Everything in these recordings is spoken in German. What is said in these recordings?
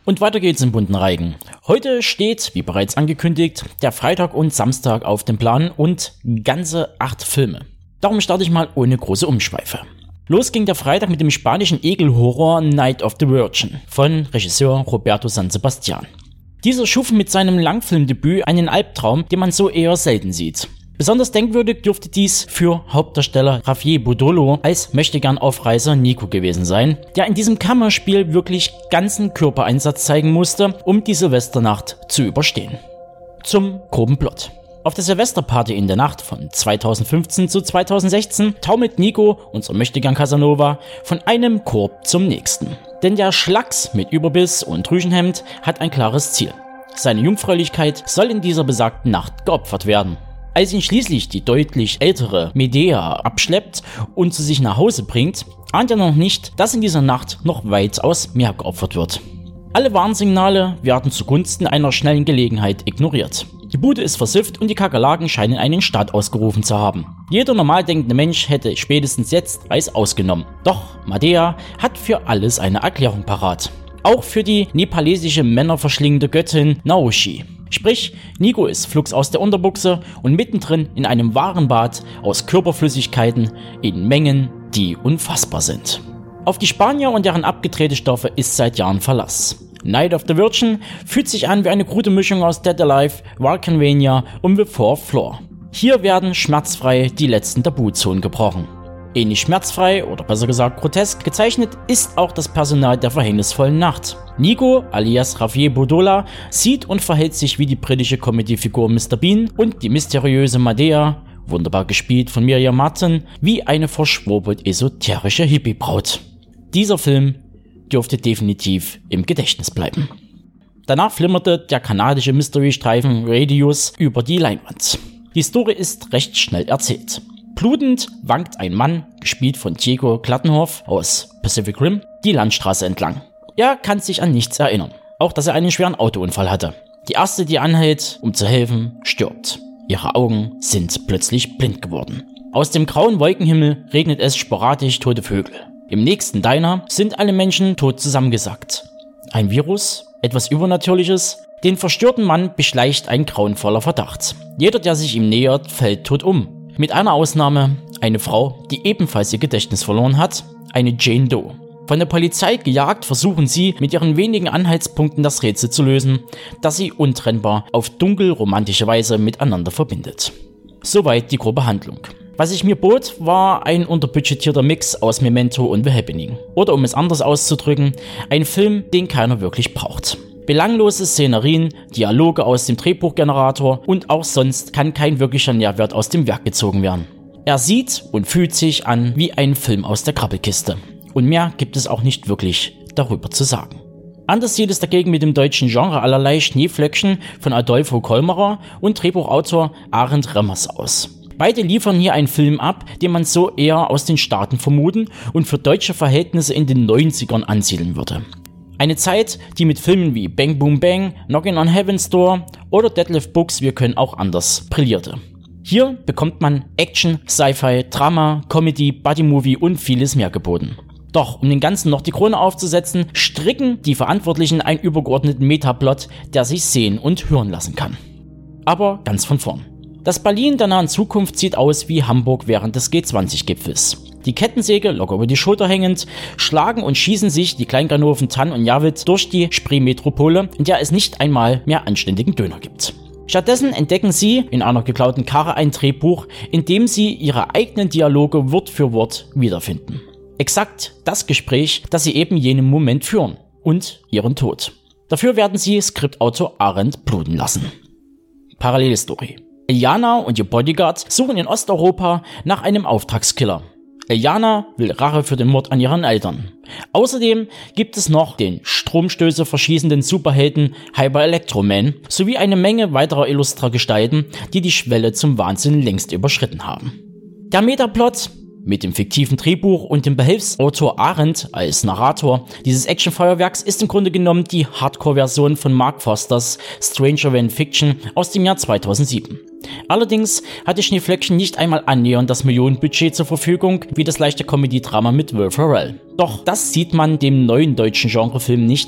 Und weiter geht's im bunten Reigen. Heute steht, wie bereits angekündigt, der Freitag und Samstag auf dem Plan und ganze 8 Filme. Darum starte ich mal ohne große Umschweife. Los ging der Freitag mit dem spanischen Ekelhorror Night of the Virgin von Regisseur Roberto San Sebastian. Dieser schuf mit seinem Langfilmdebüt einen Albtraum, den man so eher selten sieht. Besonders denkwürdig dürfte dies für Hauptdarsteller Javier Budolo als Möchtegern-Aufreißer Nico gewesen sein, der in diesem Kammerspiel wirklich ganzen Körpereinsatz zeigen musste, um die Silvesternacht zu überstehen. Zum groben Plot. Auf der Silvesterparty in der Nacht von 2015 zu 2016 taumelt Nico, unser Möchtegern Casanova, von einem Korb zum nächsten. Denn der Schlacks mit Überbiss und Rüschenhemd hat ein klares Ziel. Seine Jungfräulichkeit soll in dieser besagten Nacht geopfert werden. Als ihn schließlich die deutlich ältere Medea abschleppt und zu sich nach Hause bringt, ahnt er noch nicht, dass in dieser Nacht noch weitaus mehr geopfert wird. Alle Warnsignale werden zugunsten einer schnellen Gelegenheit ignoriert. Die Bude ist versifft und die Kakerlaken scheinen einen Start ausgerufen zu haben. Jeder normal denkende Mensch hätte spätestens jetzt Eis ausgenommen. Doch Medea hat für alles eine Erklärung parat. Auch für die nepalesische männerverschlingende Göttin Naoshi. Sprich, Nico ist flugs aus der Unterbuchse und mittendrin in einem wahren Bad aus Körperflüssigkeiten in Mengen, die unfassbar sind. Auf die Spanier und deren abgedrehte Stoffe ist seit Jahren Verlass. Night of the Virgin fühlt sich an wie eine gute Mischung aus Dead Alive, Vulcanvania und The Fourth Floor. Hier werden schmerzfrei die letzten Tabuzonen gebrochen. Ähnlich schmerzfrei oder besser gesagt grotesk gezeichnet ist auch das Personal der verhängnisvollen Nacht. Nico alias Javier Budolo sieht und verhält sich wie die britische Comedy-Figur Mr. Bean und die mysteriöse Medea, wunderbar gespielt von Miriam Martin, wie eine verschwurbelt esoterische Hippie-Braut. Dieser Film dürfte definitiv im Gedächtnis bleiben. Danach flimmerte der kanadische Mystery-Streifen Radius über die Leinwand. Die Story ist recht schnell erzählt. Blutend wankt ein Mann, gespielt von Diego Klattenhoff aus Pacific Rim, die Landstraße entlang. Er kann sich an nichts erinnern, auch dass er einen schweren Autounfall hatte. Die erste, die anhält, um zu helfen, stirbt. Ihre Augen sind plötzlich blind geworden. Aus dem grauen Wolkenhimmel regnet es sporadisch tote Vögel. Im nächsten Diner sind alle Menschen tot zusammengesackt. Ein Virus, etwas Übernatürliches, den verstörten Mann beschleicht ein grauenvoller Verdacht. Jeder, der sich ihm nähert, fällt tot um. Mit einer Ausnahme, eine Frau, die ebenfalls ihr Gedächtnis verloren hat, eine Jane Doe. Von der Polizei gejagt, versuchen sie mit ihren wenigen Anhaltspunkten das Rätsel zu lösen, das sie untrennbar auf dunkel-romantische Weise miteinander verbindet. Soweit die grobe Handlung. Was ich mir bot, war ein unterbudgetierter Mix aus Memento und The Happening. Oder um es anders auszudrücken, ein Film, den keiner wirklich braucht. Belanglose Szenerien, Dialoge aus dem Drehbuchgenerator und auch sonst kann kein wirklicher Nährwert aus dem Werk gezogen werden. Er sieht und fühlt sich an wie ein Film aus der Krabbelkiste. Und mehr gibt es auch nicht wirklich darüber zu sagen. Anders sieht es dagegen mit dem deutschen Genre allerlei Schneeflöckchen von Adolfo Kolmerer und Drehbuchautor Arend Remmers aus. Beide liefern hier einen Film ab, den man so eher aus den Staaten vermuten und für deutsche Verhältnisse in den 90ern ansiedeln würde. Eine Zeit, die mit Filmen wie Bang Boom Bang, Knockin' on Heaven's Door oder Deadlift Books Wir können auch anders brillierte. Hier bekommt man Action, Sci-Fi, Drama, Comedy, Buddy-Movie und vieles mehr geboten. Doch, um den Ganzen noch die Krone aufzusetzen, stricken die Verantwortlichen einen übergeordneten Metaplot, der sich sehen und hören lassen kann. Aber ganz von vorn. Das Berlin der nahen Zukunft sieht aus wie Hamburg während des G20-Gipfels. Die Kettensäge, locker über die Schulter hängend, schlagen und schießen sich die Kleinganoven Tann und Javid durch die Spree-Metropole, in der es nicht einmal mehr anständigen Döner gibt. Stattdessen entdecken sie in einer geklauten Karre ein Drehbuch, in dem sie ihre eigenen Dialoge Wort für Wort wiederfinden. Exakt das Gespräch, das sie eben jenem Moment führen und ihren Tod. Dafür werden sie Skriptautor Arendt bluten lassen. Parallelstory. Iliana und ihr Bodyguard suchen in Osteuropa nach einem Auftragskiller. Iliana will Rache für den Mord an ihren Eltern. Außerdem gibt es noch den Stromstöße verschießenden Superhelden Hyper Electro-Man sowie eine Menge weiterer illustrer Gestalten, die die Schwelle zum Wahnsinn längst überschritten haben. Der Metaplot mit dem fiktiven Drehbuch und dem Behelfsautor Arendt als Narrator dieses Actionfeuerwerks ist im Grunde genommen die Hardcore-Version von Mark Fosters Stranger Than Fiction aus dem Jahr 2007. Allerdings hatte Schneeflöckchen nicht einmal annähernd das Millionenbudget zur Verfügung wie das leichte Comedy-Drama mit Will Ferrell. Doch das sieht man dem neuen deutschen Genrefilm nicht an.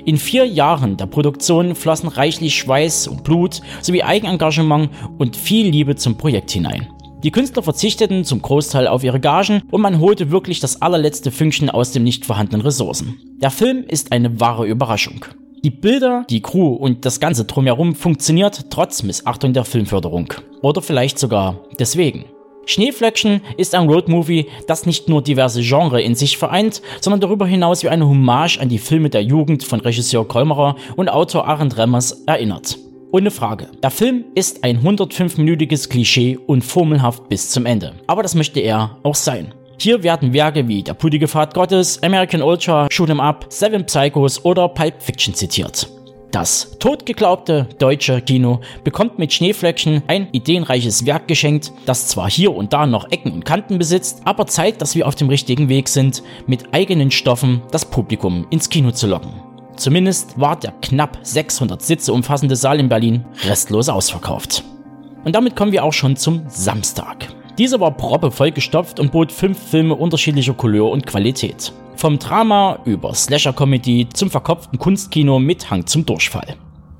In 4 Jahren der Produktion flossen reichlich Schweiß und Blut sowie Eigenengagement und viel Liebe zum Projekt hinein. Die Künstler verzichteten zum Großteil auf ihre Gagen und man holte wirklich das allerletzte Fünkchen aus den nicht vorhandenen Ressourcen. Der Film ist eine wahre Überraschung. Die Bilder, die Crew und das ganze Drumherum funktioniert trotz Missachtung der Filmförderung. Oder vielleicht sogar deswegen. Schneeflöckchen ist ein Roadmovie, das nicht nur diverse Genres in sich vereint, sondern darüber hinaus wie eine Hommage an die Filme der Jugend von Regisseur Kolmerer und Autor Arend Remmers erinnert. Ohne Frage. Der Film ist ein 105-minütiges Klischee und formelhaft bis zum Ende. Aber das möchte er auch sein. Hier werden Werke wie Der blutige Pfad Gottes, American Ultra, Shoot 'em Up, Seven Psychos oder Pulp Fiction zitiert. Das totgeglaubte deutsche Kino bekommt mit Schneeflöckchen ein ideenreiches Werk geschenkt, das zwar hier und da noch Ecken und Kanten besitzt, aber zeigt, dass wir auf dem richtigen Weg sind, mit eigenen Stoffen das Publikum ins Kino zu locken. Zumindest war der knapp 600 Sitze umfassende Saal in Berlin restlos ausverkauft. Und damit kommen wir auch schon zum Samstag. Dieser war proppevoll gestopft und bot 5 Filme unterschiedlicher Couleur und Qualität. Vom Drama über Slasher-Comedy zum verkopften Kunstkino mit Hang zum Durchfall.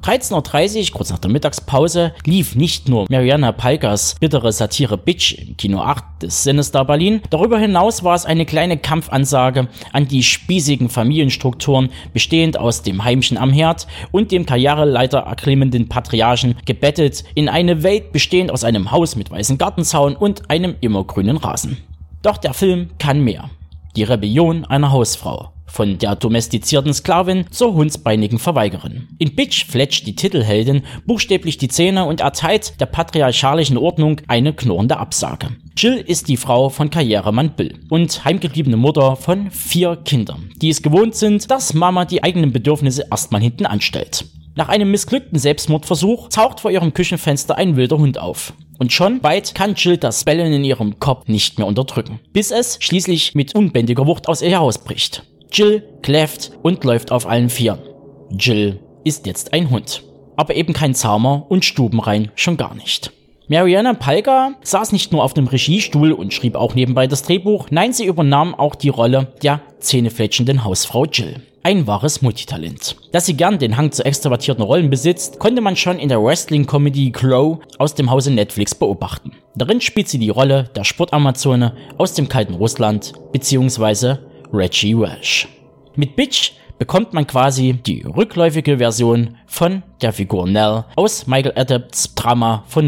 13:30 Uhr, kurz nach der Mittagspause, lief nicht nur Mariana Palkas bittere Satire Bitch im Kino 8 des Cinestar Berlin. Darüber hinaus war es eine kleine Kampfansage an die spießigen Familienstrukturen, bestehend aus dem Heimchen am Herd und dem Karriereleiter erklimmenden Patriarchen, gebettet in eine Welt bestehend aus einem Haus mit weißem Gartenzaun und einem immergrünen Rasen. Doch der Film kann mehr. Die Rebellion einer Hausfrau. Von der domestizierten Sklavin zur hundsbeinigen Verweigerin. In Bitch fletscht die Titelheldin buchstäblich die Zähne und erteilt der patriarchalischen Ordnung eine knurrende Absage. Jill ist die Frau von Karrieremann Bill und heimgebliebene Mutter von 4 Kindern, die es gewohnt sind, dass Mama die eigenen Bedürfnisse erstmal hinten anstellt. Nach einem missglückten Selbstmordversuch taucht vor ihrem Küchenfenster ein wilder Hund auf. Und schon bald kann Jill das Bellen in ihrem Kopf nicht mehr unterdrücken, bis es schließlich mit unbändiger Wucht aus ihr herausbricht. Jill kläfft und läuft auf allen 4. Jill ist jetzt ein Hund. Aber eben kein zahmer und stubenrein schon gar nicht. Mariana Palka saß nicht nur auf dem Regiestuhl und schrieb auch nebenbei das Drehbuch, nein, sie übernahm auch die Rolle der zähnefletschenden Hausfrau Jill. Ein wahres Multitalent. Dass sie gern den Hang zu extrovertierten Rollen besitzt, konnte man schon in der Wrestling-Comedy Glow aus dem Hause Netflix beobachten. Darin spielt sie die Rolle der Sportamazone aus dem kalten Russland bzw. Reggie Welsh. Mit Bitch bekommt man quasi die rückläufige Version von der Figur Nell aus Michael Adapts Drama von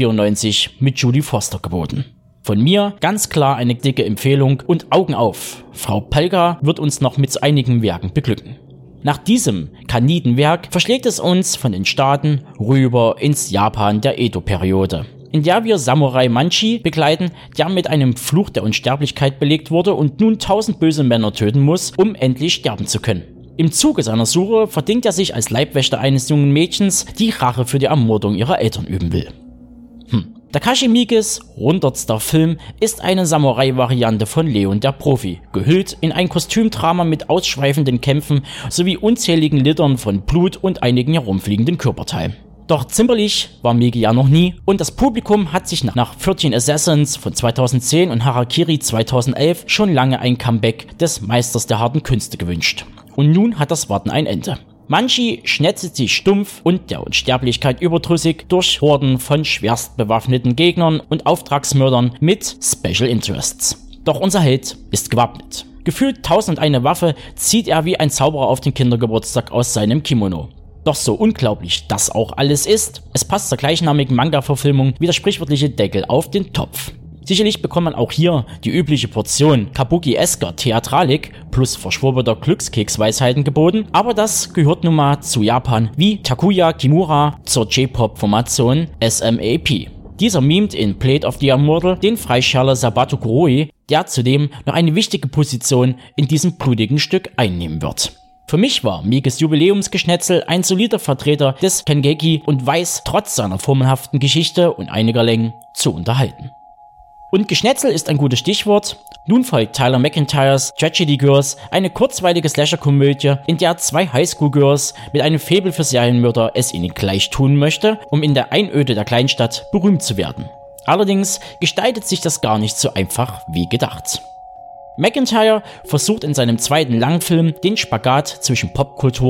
1994 mit Judy Foster geboten. Von mir ganz klar eine dicke Empfehlung und Augen auf. Frau Palka wird uns noch mit einigen Werken beglücken. Nach diesem Kanidenwerk verschlägt es uns von den Staaten rüber ins Japan der Edo-Periode, in der wir Samurai Manchi begleiten, der mit einem Fluch der Unsterblichkeit belegt wurde und nun 1000 böse Männer töten muss, um endlich sterben zu können. Im Zuge seiner Suche verdingt er sich als Leibwächter eines jungen Mädchens, die Rache für die Ermordung ihrer Eltern üben will. Takashi Miikes 100. Film ist eine Samurai-Variante von Leon der Profi, gehüllt in ein Kostümdrama mit ausschweifenden Kämpfen sowie unzähligen Litern von Blut und einigen herumfliegenden Körperteilen. Doch zimperlich war Miike ja noch nie und das Publikum hat sich nach 13 Assassins von 2010 und Harakiri 2011 schon lange ein Comeback des Meisters der harten Künste gewünscht. Und nun hat das Warten ein Ende. Manchi schnetzelt sich stumpf und der Unsterblichkeit überdrüssig durch Horden von schwerst bewaffneten Gegnern und Auftragsmördern mit Special Interests. Doch unser Held ist gewappnet. Gefühlt 1001 Waffe zieht er wie ein Zauberer auf den Kindergeburtstag aus seinem Kimono. Doch so unglaublich das auch alles ist, es passt zur gleichnamigen Manga-Verfilmung wie der sprichwörtliche Deckel auf den Topf. Sicherlich bekommt man auch hier die übliche Portion Kabuki-esker Theatralik plus verschwurbelter Glückskeksweisheiten geboten, aber das gehört nun mal zu Japan wie Takuya Kimura zur J-Pop-Formation SMAP. Dieser mimt in Blade of the Immortal den Freischärler Sabato Kuroi, der zudem noch eine wichtige Position in diesem blutigen Stück einnehmen wird. Für mich war Miikes Jubiläumsgeschnetzel ein solider Vertreter des Kengeki und weiß trotz seiner formelhaften Geschichte und einiger Längen zu unterhalten. Und Geschnetzel ist ein gutes Stichwort. Nun folgt Tyler McIntyres Tragedy Girls, eine kurzweilige Slasher-Komödie, in der 2 Highschool-Girls mit einem Faible für Serienmörder es ihnen gleich tun möchte, um in der Einöde der Kleinstadt berühmt zu werden. Allerdings gestaltet sich das gar nicht so einfach wie gedacht. McIntyre versucht in seinem zweiten Langfilm den Spagat zwischen Popkultur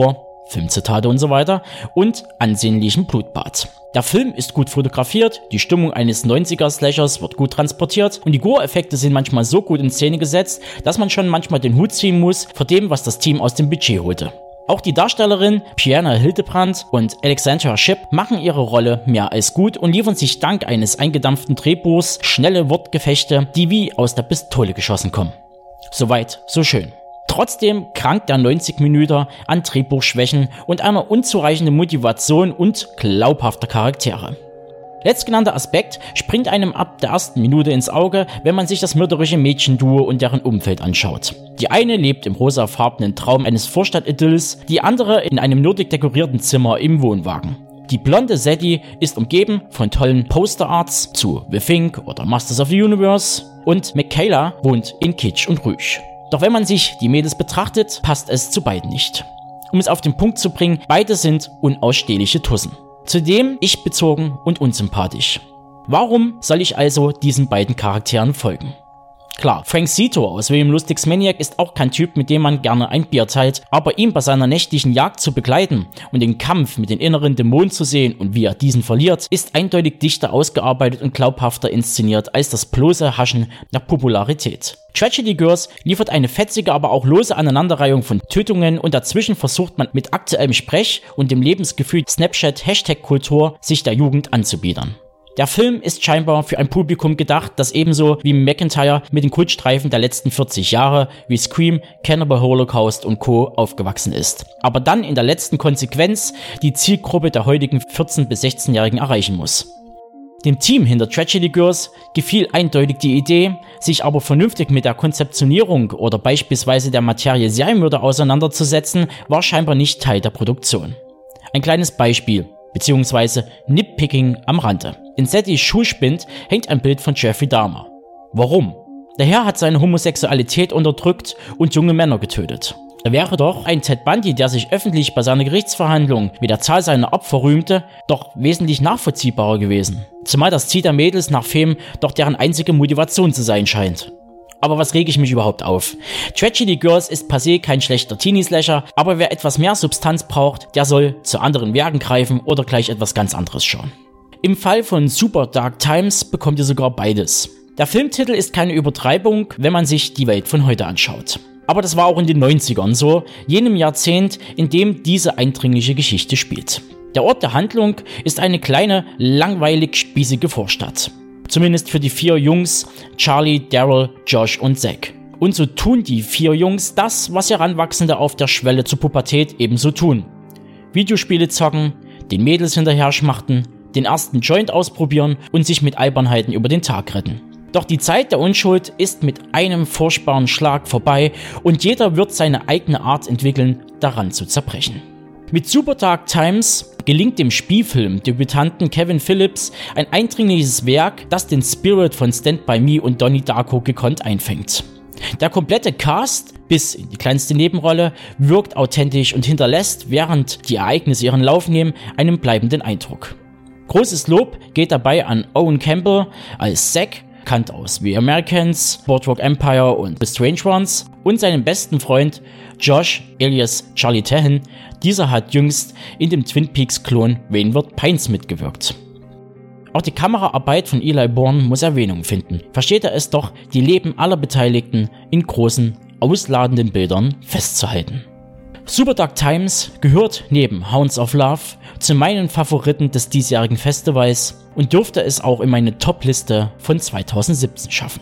Filmzitate und so weiter und ansehnlichem Blutbad. Der Film ist gut fotografiert, die Stimmung eines 90er-Slashers wird gut transportiert und die Gore-Effekte sind manchmal so gut in Szene gesetzt, dass man schon manchmal den Hut ziehen muss vor dem, was das Team aus dem Budget holte. Auch die Darstellerin Piana Hildebrandt und Alexandra Shipp machen ihre Rolle mehr als gut und liefern sich dank eines eingedampften Drehbuchs schnelle Wortgefechte, die wie aus der Pistole geschossen kommen. Soweit, so schön. Trotzdem krankt der 90 Minuten an Drehbuchschwächen und einer unzureichenden Motivation und glaubhafter Charaktere. Letztgenannter Aspekt springt einem ab der ersten Minute ins Auge, wenn man sich das mörderische Mädchenduo und deren Umfeld anschaut. Die eine lebt im rosafarbenen Traum eines Vorstadtidylls, die andere in einem nerdig dekorierten Zimmer im Wohnwagen. Die blonde Sadie ist umgeben von tollen Posterarts zu The Thing oder Masters of the Universe und Michaela wohnt in Kitsch und Rüsch. Doch wenn man sich die Mädels betrachtet, passt es zu beiden nicht. Um es auf den Punkt zu bringen, beide sind unausstehliche Tussen. Zudem ich-bezogen und unsympathisch. Warum soll ich also diesen beiden Charakteren folgen? Klar, Frank Zito aus William Lustigs Maniac ist auch kein Typ, mit dem man gerne ein Bier teilt, aber ihn bei seiner nächtlichen Jagd zu begleiten und den Kampf mit den inneren Dämonen zu sehen und wie er diesen verliert, ist eindeutig dichter ausgearbeitet und glaubhafter inszeniert als das bloße Haschen nach Popularität. Tragedy Girls liefert eine fetzige, aber auch lose Aneinanderreihung von Tötungen und dazwischen versucht man mit aktuellem Sprech und dem Lebensgefühl Snapchat-Hashtag-Kultur sich der Jugend anzubiedern. Der Film ist scheinbar für ein Publikum gedacht, das ebenso wie McIntyre mit den Kultstreifen der letzten 40 Jahre wie Scream, Cannibal Holocaust und Co. aufgewachsen ist. Aber dann in der letzten Konsequenz die Zielgruppe der heutigen 14- bis 16-Jährigen erreichen muss. Dem Team hinter Tragedy Girls gefiel eindeutig die Idee, sich aber vernünftig mit der Konzeptionierung oder beispielsweise der Materie Serienmörder auseinanderzusetzen, war scheinbar nicht Teil der Produktion. Ein kleines Beispiel, beziehungsweise Nitpicking am Rande. In Sadies Schuhspind hängt ein Bild von Jeffrey Dahmer. Warum? Der Herr hat seine Homosexualität unterdrückt und junge Männer getötet. Er wäre doch ein Ted Bundy, der sich öffentlich bei seiner Gerichtsverhandlung mit der Zahl seiner Opfer rühmte, doch wesentlich nachvollziehbarer gewesen. Zumal das Ziel der Mädels nach Fame doch deren einzige Motivation zu sein scheint. Aber was rege ich mich überhaupt auf? Tragedy Girls ist per se kein schlechter Teenie-Slasher, aber wer etwas mehr Substanz braucht, der soll zu anderen Werken greifen oder gleich etwas ganz anderes schauen. Im Fall von Super Dark Times bekommt ihr sogar beides. Der Filmtitel ist keine Übertreibung, wenn man sich die Welt von heute anschaut. Aber das war auch in den 90ern so, jenem Jahrzehnt, in dem diese eindringliche Geschichte spielt. Der Ort der Handlung ist eine kleine, langweilig spießige Vorstadt. Zumindest für die 4 Jungs, Charlie, Daryl, Josh und Zack. Und so tun die 4 Jungs das, was Heranwachsende auf der Schwelle zur Pubertät ebenso tun. Videospiele zocken, den Mädels hinterher schmachten, den ersten Joint ausprobieren und sich mit Albernheiten über den Tag retten. Doch die Zeit der Unschuld ist mit einem furchtbaren Schlag vorbei und jeder wird seine eigene Art entwickeln, daran zu zerbrechen. Mit Super Dark Times gelingt dem Spielfilm-Debütanten Kevin Phillips ein eindringliches Werk, das den Spirit von Stand By Me und Donnie Darko gekonnt einfängt. Der komplette Cast, bis in die kleinste Nebenrolle, wirkt authentisch und hinterlässt, während die Ereignisse ihren Lauf nehmen, einen bleibenden Eindruck. Großes Lob geht dabei an Owen Campbell als Zack, bekannt aus The Americans, Boardwalk Empire und The Strange Ones, und seinen besten Freund Josh alias Charlie Tahan. Dieser hat jüngst in dem Twin Peaks-Klon Wayward Pines mitgewirkt. Auch die Kameraarbeit von Eli Bourne muss Erwähnung finden. Versteht er es doch, die Leben aller Beteiligten in großen, ausladenden Bildern festzuhalten. Super Dark Times gehört neben Hounds of Love zu meinen Favoriten des diesjährigen Festivals und dürfte es auch in meine Top-Liste von 2017 schaffen.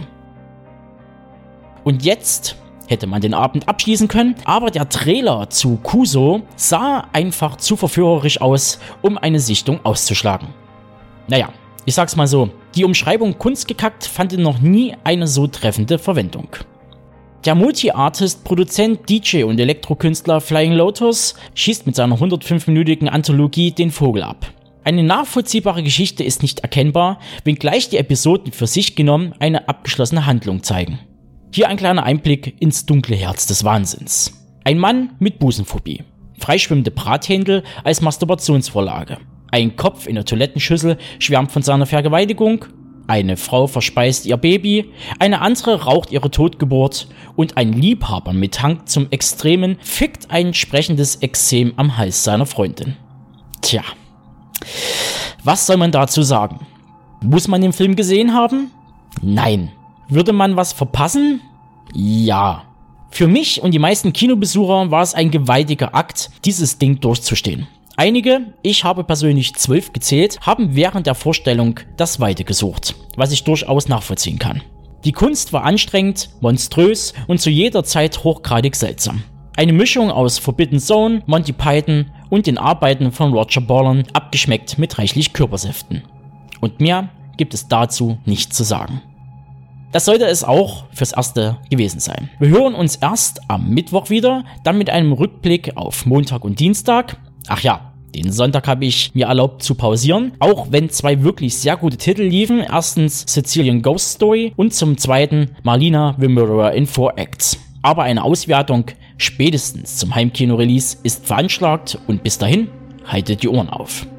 Und jetzt hätte man den Abend abschließen können, aber der Trailer zu Kuso sah einfach zu verführerisch aus, um eine Sichtung auszuschlagen. Naja, ich sag's mal so, die Umschreibung kunstgekackt fand noch nie eine so treffende Verwendung. Der Multi-Artist, Produzent, DJ und Elektrokünstler Flying Lotus schießt mit seiner 105-minütigen Anthologie den Vogel ab. Eine nachvollziehbare Geschichte ist nicht erkennbar, wenngleich die Episoden für sich genommen eine abgeschlossene Handlung zeigen. Hier ein kleiner Einblick ins dunkle Herz des Wahnsinns. Ein Mann mit Busenphobie, freischwimmende Brathändel als Masturbationsvorlage, ein Kopf in der Toilettenschüssel schwärmt von seiner Vergewaltigung eine Frau verspeist ihr Baby, eine andere raucht ihre Totgeburt und ein Liebhaber mit Hang zum Extremen fickt ein sprechendes Ekzem am Hals seiner Freundin. Tja, was soll man dazu sagen? Muss man den Film gesehen haben? Nein. Würde man was verpassen? Ja. Für mich und die meisten Kinobesucher war es ein gewaltiger Akt, dieses Ding durchzustehen. Einige, ich habe persönlich 12 gezählt, haben während der Vorstellung das Weite gesucht, was ich durchaus nachvollziehen kann. Die Kunst war anstrengend, monströs und zu jeder Zeit hochgradig seltsam. Eine Mischung aus Forbidden Zone, Monty Python und den Arbeiten von Roger Ballon, abgeschmeckt mit reichlich Körpersäften. Und mehr gibt es dazu nichts zu sagen. Das sollte es auch fürs Erste gewesen sein. Wir hören uns erst am Mittwoch wieder, dann mit einem Rückblick auf Montag und Dienstag. Ach ja, den Sonntag habe ich mir erlaubt zu pausieren, auch wenn 2 wirklich sehr gute Titel liefen. Erstens Sicilian Ghost Story und zum zweiten Marlena the Murderer in 4 Acts. Aber eine Auswertung spätestens zum Heimkino-Release ist veranschlagt und bis dahin haltet die Ohren auf.